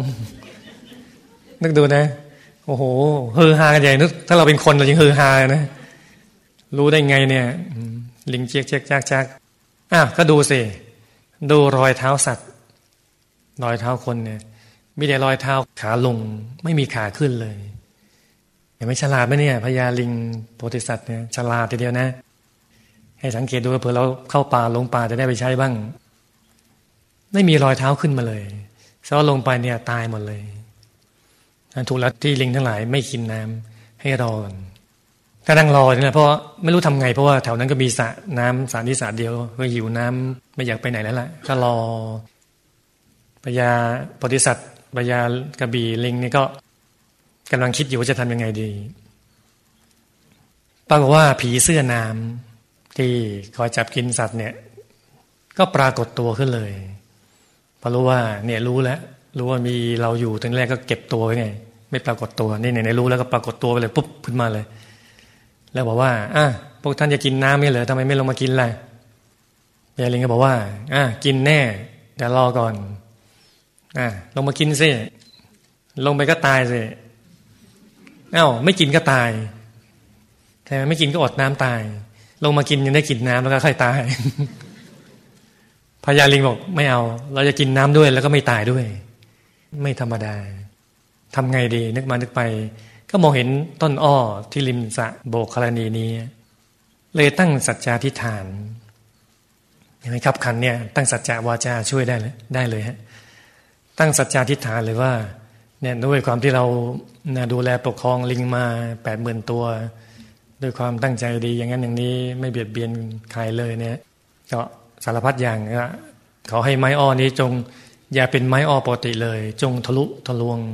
Speaker 1: นึกดูนะโอ้โหเฮอฮากันใหญ่นึกถ้าเราเป็นคนเรายังเฮอฮานะรู้ได้ไงเนี่ยลิงเจี๊ยกจักก็ดูสิดูรอยเท้าสัตว์รอยเท้าคนเนี่ยมีแต่รอยเท้าขาลงไม่มีขาขึ้นเลยเห็นไหมฉลาดไหมเนี่ยพญาลิงโพธิสัตว์เนี่ยฉลาดทีเดียวนะให้สังเกตดูเผื่อเราเข้าป่าลงป่าจะได้ไปใช้บ้างไม่มีรอยเท้าขึ้นมาเลยเพราะลงไปเนี่ยตายหมดเลยถูกแล้วที่ลิงทั้งหลายไม่กินน้ำให้รอก่อนก็นั่งรอเนี่ยเพราะไม่รู้ทำไงเพราะว่าแถวนั้นก็มีสระน้ำสระนี้สระเดียวก็หิวน้ำไม่อยากไปไหนแล้วล่ะก็รอพญาโพธิสัตว์พญากระบี่ลิงนี่ก็กำลังคิดอยู่ว่าจะทำยังไงดีปรากฏว่าผีเสื้อน้ำที่คอยจับกินสัตว์เนี่ยก็ปรากฏตัวขึ้นเลยพอรู้ว่าเนี่ยรู้ว่ามีเราอยู่ตั้งแรกก็เก็บตัวไว้ไงไม่ปรากฏตัวนี่ในรู้แล้วก็ปรากฏตัวไปเลยปุ๊บขึ้นมาเลยแล้วบอกว่าพวกท่านจะกินน้ำนี่เหรอทำไมไม่ลงมากินล่ะพญาลิงก็บอกว่ากินแน่แต่รอก่อนลงมากินสิลงไปก็ตายสิไม่กินก็ตายแต่ไม่กินก็อดน้ำตายลงมากินยังได้กินน้ำแล้วก็ค่อยตายพญาลิงบอกไม่เอาเราจะกินน้ำด้วยแล้วก็ไม่ตายด้วยไม่ธรรมดาทำไงดีนึกมานึกไปก็มองเห็นต้นอ้อที่ริมสระโบกคณีนี้เลยตั้งสัจจาธิษฐานเห็นไหมครับขันเนี่ยตั้งสัจจะวาจาช่วยได้เลยฮะตั้งสัจจาธิษฐานเลยว่าเนี่ยด้วยความที่เราดูแลปกครองลิงมา 80,000 ตัวด้วยความตั้งใจดีอย่างนั้นอย่างนี้ไม่เบียดเบียนใครเลยเนี่ยก็สารพัดอย่างเขาให้ไม้อ้อนี้จงอย่าเป็นไม้อ้อปกติเลยจงทะลุทะลวง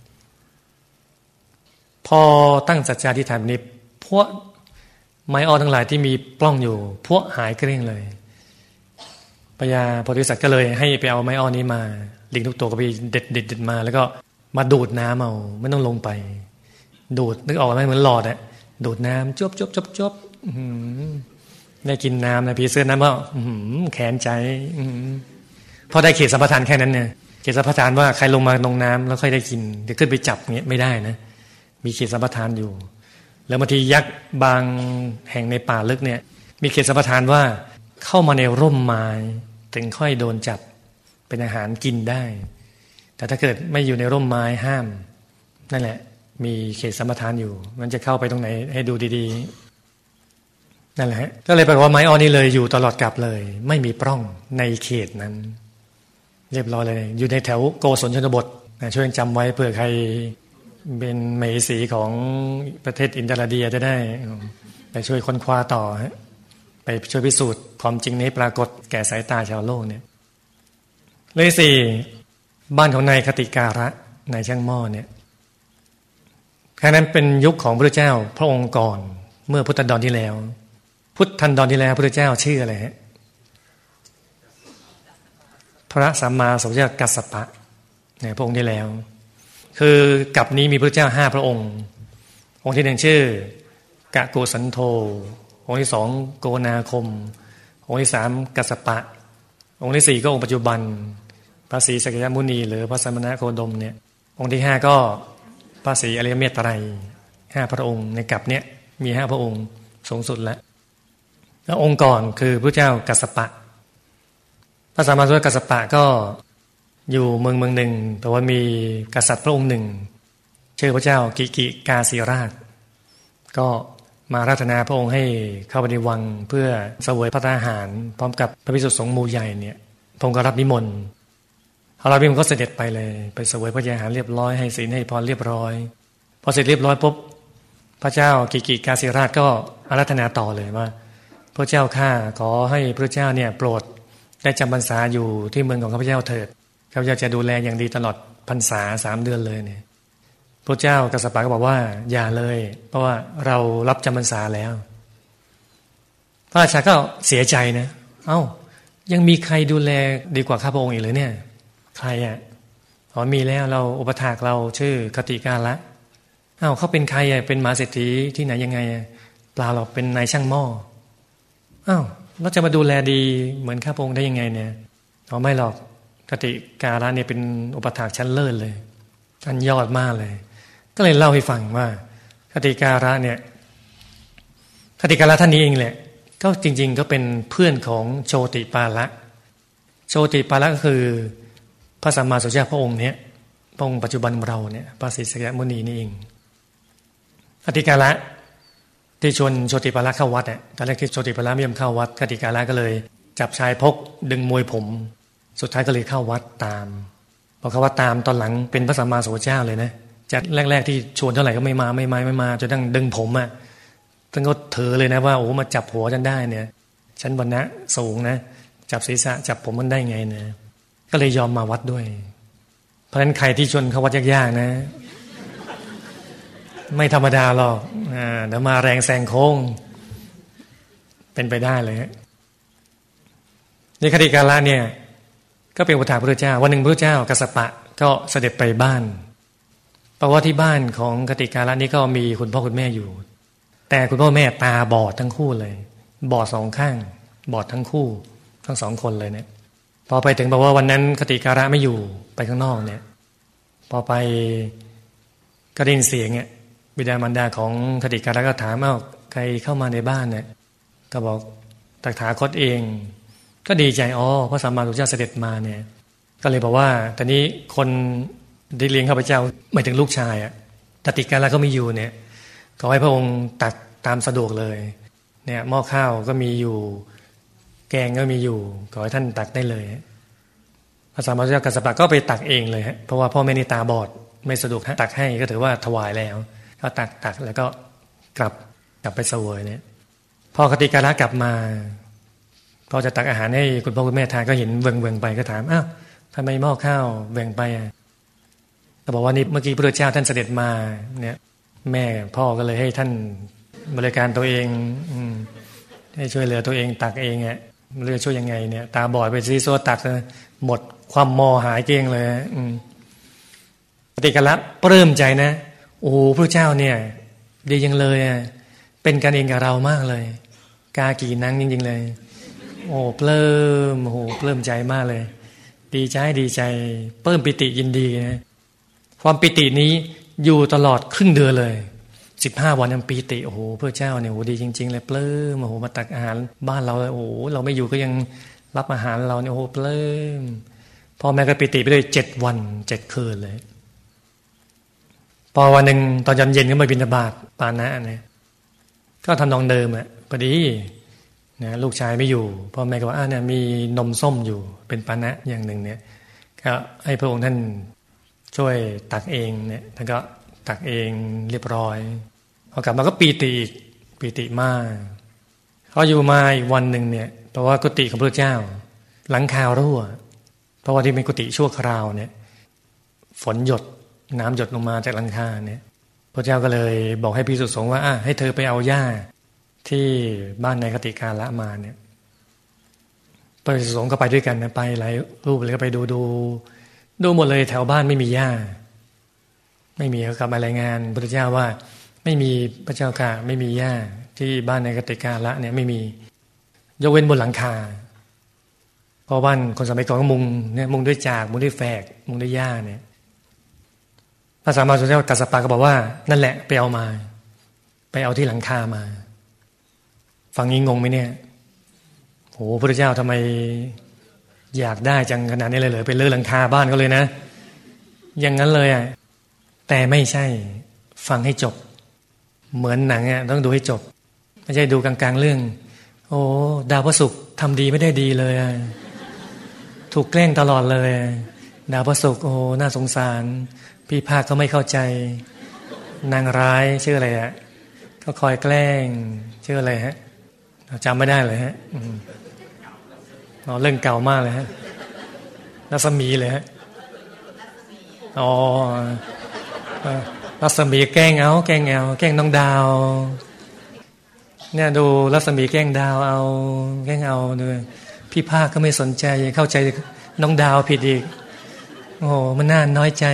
Speaker 1: พอตั้งสัจจาธิษฐานนี้พวกไม้อ้อทั้งหลายที่มีปล้องอยู่พวกหายเกลี้ยงเลยพญาโพธิสัตว์ก็เลยให้ไปเอาไม้อ้อนี้มาลิงทุกตัวก็ไปเด็ดมาแล้วก็มาดูดน้ำเอาไม่ต้องลงไปดูดนึกออกไหมเหมือนหลอดอะดูดน้ำจบได้กินน้ำนะพี่เสื้อน้ำก็แขนใจพอได้เขตสัมปทานแค่นั้นเนี่ยเขตสัมปทานว่าใครลงมาลงน้ำแล้วค่อยได้กินเดี๋ยวขึ้นไปจับเงี้ยไม่ได้นะมีเขตสัมปทานอยู่แล้วบางทียักษ์บางแห่งในป่าลึกเนี่ยมีเขตสัมปทานว่าเข้ามาในร่มไม้ถึงค่อยโดนจับเป็นอาหารกินได้แต่ถ้าเกิดไม่อยู่ในร่มไม้ห้ามนั่นแหละมีเขตสัมปทานอยู่มันจะเข้าไปตรงไหนให้ดูดีๆนั่นแหละก็เลยแปลว่าไม้อ้อนี่เลยอยู่ตลอดกลับเลยไม่มีปล้องในเขตนั้นเรียบร้อยเลยอยู่ในแถวโกศลชนบทช่วยจำไว้เผื่อใครเป็นมเหสีของประเทศอินเดียจะได้ไปช่วยค้นคว้าต่อไปช่วยพิสูจน์ความจริงนี้ปรากฏแก่สายตาชาวโลกเนี่ยเลย4บ้านของนายคติการะนายช่างหม้อเนี่ยแค่นั้นเป็นยุคของพระเจ้าพระองค์ก่อนเมื่อพุทธันดรที่แล้วพุทธันดรที่แล้วพระเจ้าชื่ออะไรฮะพระสัมมาสัมพุทธเจ้ากัสสปะเนี่ยพระองค์ที่แล้วคือกับนี้มีพระเจ้า5พระองค์องค์ที่1ชื่อกะโกสันโธองค์ที่2โกนาคมองค์ที่3กัสสปะองค์ที่4ก็องค์ปัจจุบันพระศรีสักยมุนีหรือพระสมณโคดมเนี่ยองค์ที่5ก็พระศรีอริยเมตไตร5พระองค์ในกับเนี้ยมี5พระองค์สูงสุดแล้วองค์ก่อนคือพระเจ้ากัสสปะพระสัมมาสัมพุทธกัสสปะก็อยู่เมืองหนึ่งแต่ว่ามีกษัตริย์พระองค์หนึ่งชื่อพระเจ้ากิกิกาสีราชก็มาราธนาพระองค์ให้เข้าไปในวังเพื่อเสวยพระทหารพร้อมกับพระภิกษุสงฆ์หมู่ใหญ่เนี่ยพระองค์ก็รับนิมนต์รับนิมนต์ก็เสด็จไปเลยไปเสวยพระทหารเรียบร้อยให้ศีลให้พรเรียบร้อยพอเสร็จเรียบร้อยปุ๊บพระเจ้ากิกิกาสีราชก็อาราธนาต่อเลยว่าพระเจ้าข้าขอให้พระเจ้าเนี่ยโปรดได้จำพรรษาอยู่ที่เมืองของข้าพเจ้าเถิดข้าพเจ้าจะดูแลอย่างดีตลอดพรรษา3 เดือนเลยเนี่ยพระเจ้ากัสสปะก็บอกว่าอย่าเลยเพราะว่าเรารับจำพรรษาแล้วพระราชาก็เสียใจนะยังมีใครดูแลดีกว่าข้าพระองค์อีกหรือเนี่ยใครมีแล้วเราอุปถากเราชื่อคติกาละเขาเป็นใครเป็นมหาเศรษฐีที่ไหนยังไงเปล่าหรอกเป็นนายช่างหม้อเราจะมาดูแลดีเหมือนข้าพระองค์ได้ยังไงเนี่ยไม่หรอกคติกาละเนี่ยเป็นอุปถากชั้นเลิศเลยชั้นยอดมากเลยก็เลยเล่าให้ฟังว่าคติการะเนี่ยคติการะท่านนี้เองแหละก็จริงๆก็เป็นเพื่อนของโชติปาละโชติปาละก็คือพระสัมมาสัมพุทธเจ้าพระองค์เนี่ยพระองค์ปัจจุบันเราเนี่ยพระศรีสักยมุนีนี่เองคติการะที่ชวนโชติปาละเข้าวัดตอนแรกที่โชติปาละไม่ยอมเข้าวัดคติการะก็เลยจับชายพกดึงมวยผมสุดท้ายก็เลยเข้าวัดตามพอเข้าวัดตามตอนหลังเป็นพระสัมมาสัมพุทธเจ้าเลยนะจากแรกๆที่ชวนเท่าไหร่ก็ไม่มาจนตั้งดึงผมท่านก็เถอเลยนะว่ามาจับหัวฉันได้เนี่ยฉันวรรณะสูงนะจับศีรษะจับผมมันได้ไงเนี่ยก็เลยยอมมาวัดด้วยเพราะฉะนั้นใครที่ชวนเข้าวัดยากๆนะไม่ธรรมดาหรอกเดี๋ยวมาแรงแซงโค้งเป็นไปได้เลยในคติกาลเนี่ยก็เป็นอุปถากพระพุทธเจ้าวันหนึ่งพระพุทธเจ้ากัสสปะก็เสด็จไปบ้านเพราะว่าที่บ้านของคติกาลนี้ก็มีคุณพ่อคุณแม่อยู่แต่คุณพ่อแม่ตาบอดทั้งคู่เลยบอด2 ข้างบอดทั้งคู่ทั้ง2 คนเลยเนี่ยพอไปถึงบอกว่าวันนั้นคติการะไม่อยู่ไปข้างนอกเนี่ยพอไปก็ได้ยินเสียงเนี่ยบิดามารดาของคติการะก็ถามใครเข้ามาในบ้านเนี่ยก็บอกตถาคตเองก็ดีใจพระสัมมาสัมพุทธเจ้าเสด็จมาเนี่ยก็เลยบอกว่าตอนนี้คนที่เลี้ยงข้าพเจ้าหมายถึงลูกชายคติการะก็มีอยู่เนี่ยขอให้พระองค์ตักตามสะดวกเลยเนี่ยหม้อข้าวก็มีอยู่แกงก็มีอยู่ขอให้ท่านตักได้เลยพระสัมมาสัมพุทธเจ้ากัสสปะก็ไปตักเองเลยเพราะว่าพ่อแม่นี่ตาบอดไม่สะดวกตักให้ก็ถือว่าถวายแล้วก็ตักแล้วก็กลับไปเสวยเนี่ยพอคติการะกลับมาพอจะตักอาหารให้คุณพ่อคุณแม่ทานก็เห็นเวิงไปก็ถามทำไมหม้อข้าวเวิงไปก็บอกว่านี่เมื่อกี้พระเจ้าท่านเสด็จมาเนี่ยแม่พ่อก็เลยให้ท่านบริการตัวเองให้ช่วยเหลือตัวเองตักเองเรื่องช่วยยังไงเนี่ยตาบอดไปซีโซตักหมดความมอหายเกลี้ยงเลยปฏิกละปลื้มใจนะโอ้พระเจ้าเนี่ยดีจังเลยเป็นกันเองกับเรามากเลยกากี่นังจริงๆเลยโอ้ปลื้มโอ้ปลื้มใจมากเลยดีใจปลื้มปิติยินดีนะความปิตินี้อยู่ตลอดครึ่งเดือนเลย15 วันยังปีติโอ้โหพระเจ้าเนี่ยโอ้ดีจริงๆเลยปลื้มโอ้โหมาตักอาหารบ้านเราเลยโอ้โหเราไม่อยู่ก็ยังรับอาหารเราเนี่ยโอ้โหปลื้มพ่อแม่ก็ปีติไปด้วย7 วัน 7 คืนเลยพอวันหนึ่งตอนเย็นก็มาบิณฑบาตปานะเนี่ยก็ทำนองเดิมพอดีนะลูกชายไม่อยู่พ่อแม่ก็ว่าเนี่ยมีนมส้มอยู่เป็นปานะอย่างหนึ่งเนี่ยก็ให้พระองค์ท่านช่วยตักเองเนี่ยท่านก็ตักเองเรียบร้อยพอกลับมาก็ปีติมากเขาอยู่มาอีกวันหนึ่งเนี่ยเพราะว่ากุฏิของพระเจ้าหลังคารั่วเพราะว่าที่เป็นกุฏิชั่วคราวเนี่ยฝนหยดน้ำหยดลงมาจากหลังคาเนี่ยพระเจ้าก็เลยบอกให้ภิกษุสงฆ์ว่าให้เธอไปเอาหญ้าที่บ้านในคติกาละมาเนี่ยพระภิกษุสงฆ์ก็ไปด้วยกันนะไปหลายรูปเลยก็ไปดูหมดเลยแถวบ้านไม่มีหญ้าไม่มีเขากลับมารายงานพระเจ้าว่าไม่มีพระเจ้าค่ะไม่มีหญ้าที่บ้านในคติกาละเนี่ยไม่มียกเว้นบนหลังคาเพราะบ้านคนสมัยก่อนก็มุงเนี่ยมุงด้วยจากมุงด้วยแฝกมุงด้วยหญ้าเนี่ยพระสัมมาสัมพุทธเจ้ากัสสปะก็บอกว่านั่นแหละไปเอามาไปเอาที่หลังคามาฟังงี้งงไหมเนี่ยโหพระเจ้าทำไมอยากได้จังขนาดนี้เลยเหรอไปเลื่อนหลังคาบ้านเขาเลยนะอย่างนั้นเลยแต่ไม่ใช่ฟังให้จบเหมือนหนังต้องดูให้จบไม่ใช่ดูกลางๆเรื่องโอ้ดาวพระศุกร์ทำดีไม่ได้ดีเลยถูกแกล้งตลอดเลยดาวพระศุกร์โอ้น่าสงสารพี่ภาคก็ไม่เข้าใจนางร้ายชื่ออะไรก็คอยแกล้งชื่ออะไรฮะจำไม่ได้เลยฮะเรื่องเก่ามากเลยฮะรัศมีเลยฮะอ๋อรัศมีแกล้งแกล้งน้องดาวเนี่ยดูรัศมีแกล้งดาวแกล้งดูพี่ภาคก็ไม่สนใจเข้าใจน้องดาวผิดอีกโอ้มันน่าน้อยใจ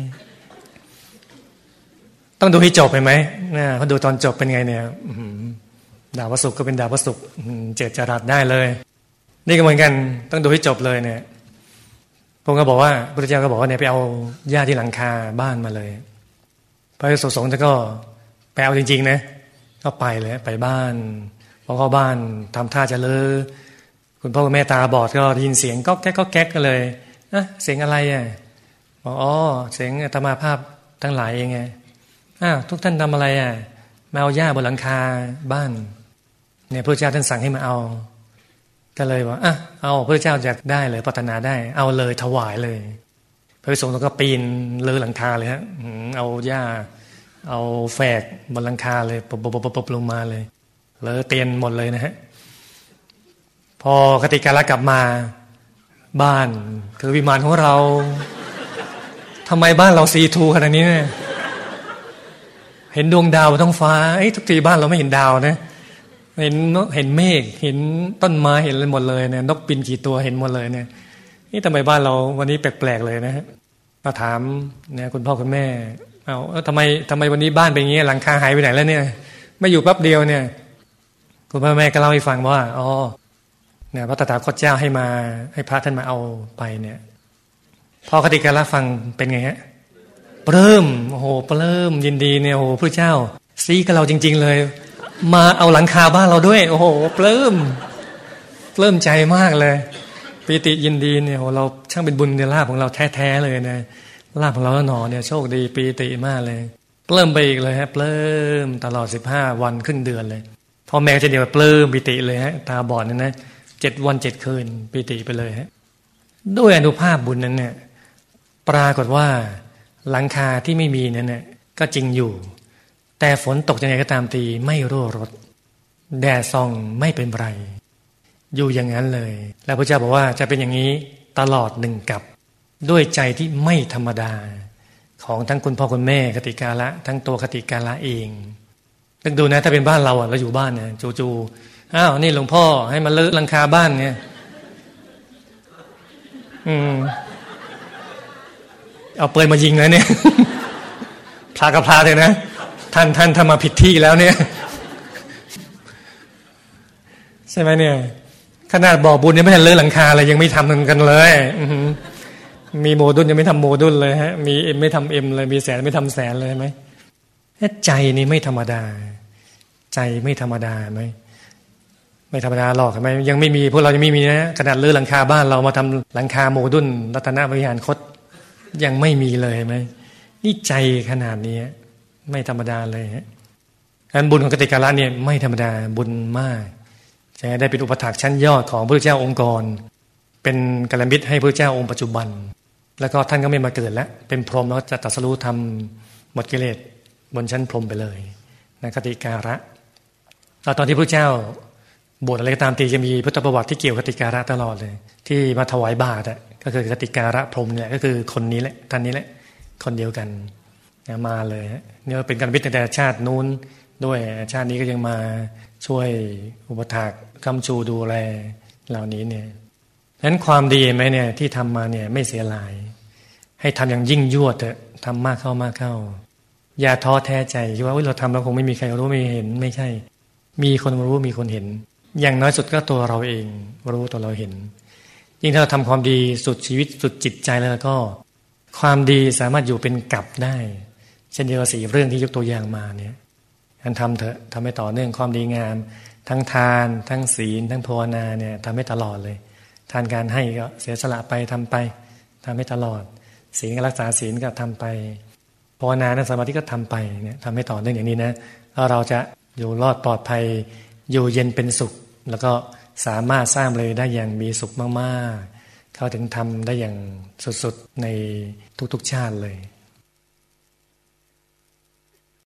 Speaker 1: ต้องดูให้จบเห็นไหมเนี่ยพอดูตอนจบเป็นไงเนี่ยดาวพระศุกร์ก็เป็นดาวพระศุกร์เจตจรัสได้เลยนี่ก็เหมือนกันต้องดูให้จบเลยเนี่ยพระองค์ก็บอกว่าพระเจ้าก็บอกว่าเนี่ยไปเอาหญ้าที่หลังคาบ้านมาเลยพระภิกษุสงฆ์ก็ไปเอาจริงๆนะก็ไปเลยไปบ้านพอเข้าบ้านทำท่าจะเลอคุณพ่อคุณแม่ตาบอดก็ได้ยินเสียงก็แก๊กกันเลยเสียงอะไรบอกเสียงอาตมาภาพทั้งหลายเองไงทุกท่านทำอะไรมาเอาหญ้าบนหลังคาบ้านเนี่ยพระเจ้าท่านสั่งให้มาเอาก็เลยว่าเอาพระเจ้าอยากได้เลยปรารถนาได้เอาเลยถวายเลยพระภิกษุสงฆ์ก็ปีนเลอหลังคาเลยฮะเอาหญ้าเอาแฝกบนหลังคาเลยปบลงมาเลยเลอเตียนหมดเลยนะฮะพอคติกาละกลับมาบ้านคือวิมานของเราทำไมบ้านเราซีทูขนาดนี้เนี่ยเห็นดวงดาวบนท้องฟ้าทุกทีบ้านเราไม่เห็นดาวนะเห็นเมฆเห็นต้นไม้เห็นอะไรหมดเลยเนี่ยนกบินกี่ตัวเห็นหมดเลยเนี่ยนี่ทำไมบ้านเราวันนี้แปลกๆเลยนะฮะมาถามเนี่ยคุณพ่อคุณแม่ทำไมวันนี้บ้านเป็นอย่างนี้หลังคาหายไปไหนแล้วเนี่ยไม่อยู่แป๊บเดียวเนี่ยคุณพ่อแม่ก็เล่าให้ฟังว่าเนี่ยพระตถาคตเจ้าให้พระท่านมาเอาไปเนี่ยพอคติกาละฟังเป็นไงฮะปลื้มโอ้โหปลื้มยินดีเนี่ยโอ้โหพระเจ้าซีกับเราจริงๆเลยมาเอาหลังคาบ้านเราด้วยโอ้โหปลื้มใจมากเลยปิติยินดีเนี่ยโอ้เราช่างเป็นบุญในลาภของเราแท้ๆเลยนะลาภของเราหนอเนี่ยโชคดีปิติมากเลยปลื้มไปอีกเลยฮะปลื้มตลอด15 วันครึ่งเดือนเลยพ่อแม่จะเดียวปลื้มปิติเลยฮะตาบอดนะ7 วัน 7 คืนปิติไปเลยฮะด้วยอนุภาพบุญนั้นเนี่ยปรากฏว่าหลังคาที่ไม่มีนั้นเนี่ยก็จริงอยู่แต่ฝนตกยังไงก็ตามทีไม่รั่วรดแดดส่องไม่เป็นไรอยู่อย่างนั้นเลยแล้วพระเจ้าบอกว่าจะเป็นอย่างนี้ตลอด1 กับด้วยใจที่ไม่ธรรมดาของทั้งคุณพ่อคุณแม่คติกาละทั้งตัวคติกาละเองนึกดูนะถ้าเป็นบ้านเราเราอยู่บ้านเนี่ยจู่อ้าวนี่หลวงพ่อให้มาลื้อหลังคาบ้านเนี่ยเอาปืนมายิงเลยเนี่ยพลากับพลาเลยนะท่านทำมาผิดที่แล้วเนี่ยใช่ไหมเนี่ยขนาดบอกบุญยังไม่ทันเลื่อนหลังคาเลยยังไม่ทำกันเลยมีโมดุลยังไม่ทำโมดุลเลยฮะมีเอ็มไม่ทำเอ็มเลยมีแสนไม่ทำแสนเลยไหมใจนี่ไม่ธรรมดาใจไม่ธรรมดาไหมไม่ธรรมดาหรอกไหมยังไม่มีพวกเรายังไม่มีนะขนาดเลื่อนหลังคาบ้านเรามาทำหลังคาโมดุลรัตนวิหารคตยังไม่มีเลยไหมนี่ใจขนาดนี้ไม่ธรรมดาเลยฮะอันบุญของกติกาละเนี่ยไม่ธรรมดาบุญมากจะได้เป็นอุปถากชั้นยอดของพระเจ้าองค์กรเป็นกัลยาณมิตรให้พระเจ้าองค์ปัจจุบันแล้วก็ท่านก็ไม่มาเกิดแล้วเป็นพรหมแล้วจะตรัสรู้ธรรมหมดกิเลสบนชั้นพรหมไปเลยในกติการะตอนที่พระเจ้าบวชอะไรก็ตามตีจะมีพุทธประวัติที่เกี่ยวกับกติการะตลอดเลยที่มาถวายบาตรก็คือกติการะพรหมเนี่ยก็คือคนนี้แหละท่านนี้แหละคนเดียวกันมาเลยเนี่ยเป็นกัลยาณมิตรแต่ชาตินู้นด้วยชาตินี้ก็ยังมาช่วยอุปถากคำชูดูแลเหล่านี้เนี่ยนั้นความดีไหมเนี่ยที่ทำมาเนี่ยไม่เสียหายให้ทำอย่างยิ่งยวดเถอะทำมากเข้ามากเข้าอย่าท้อแท้ใจคิดว่าเราทำแล้วคงไม่มีใครรู้ไม่เห็นไม่ใช่มีคนรู้มีคนเห็นอย่างน้อยสุดก็ตัวเราเองรู้ตัวเราเห็นยิ่งถ้าเราทำความดีสุดชีวิตสุดจิตใจแล้วก็ความดีสามารถอยู่เป็นกลับได้เช่นเดียวกับ4เรื่องที่ยกตัวอย่างมาเนี่ยอันทำเถอะทำให้ต่อเนื่องความดีงามทั้งทานทั้งศีลทั้งภาวนาเนี่ยทำให้ตลอดเลยทานการให้ก็เสียสละไปทำไปทำให้ตลอดศีลก็รักษาศีลก็ทำไปภาวนานั่งสมาธิก็ทำไปเนี่ยทำให้ต่อเนื่องอย่างนี้นะแล้วเราจะอยู่รอดปลอดภัยอยู่เย็นเป็นสุขแล้วก็สามารถสร้างเลยได้อย่างมีสุขมากๆเข้าถึงทำได้อย่างสุดๆในทุกๆชาติเลย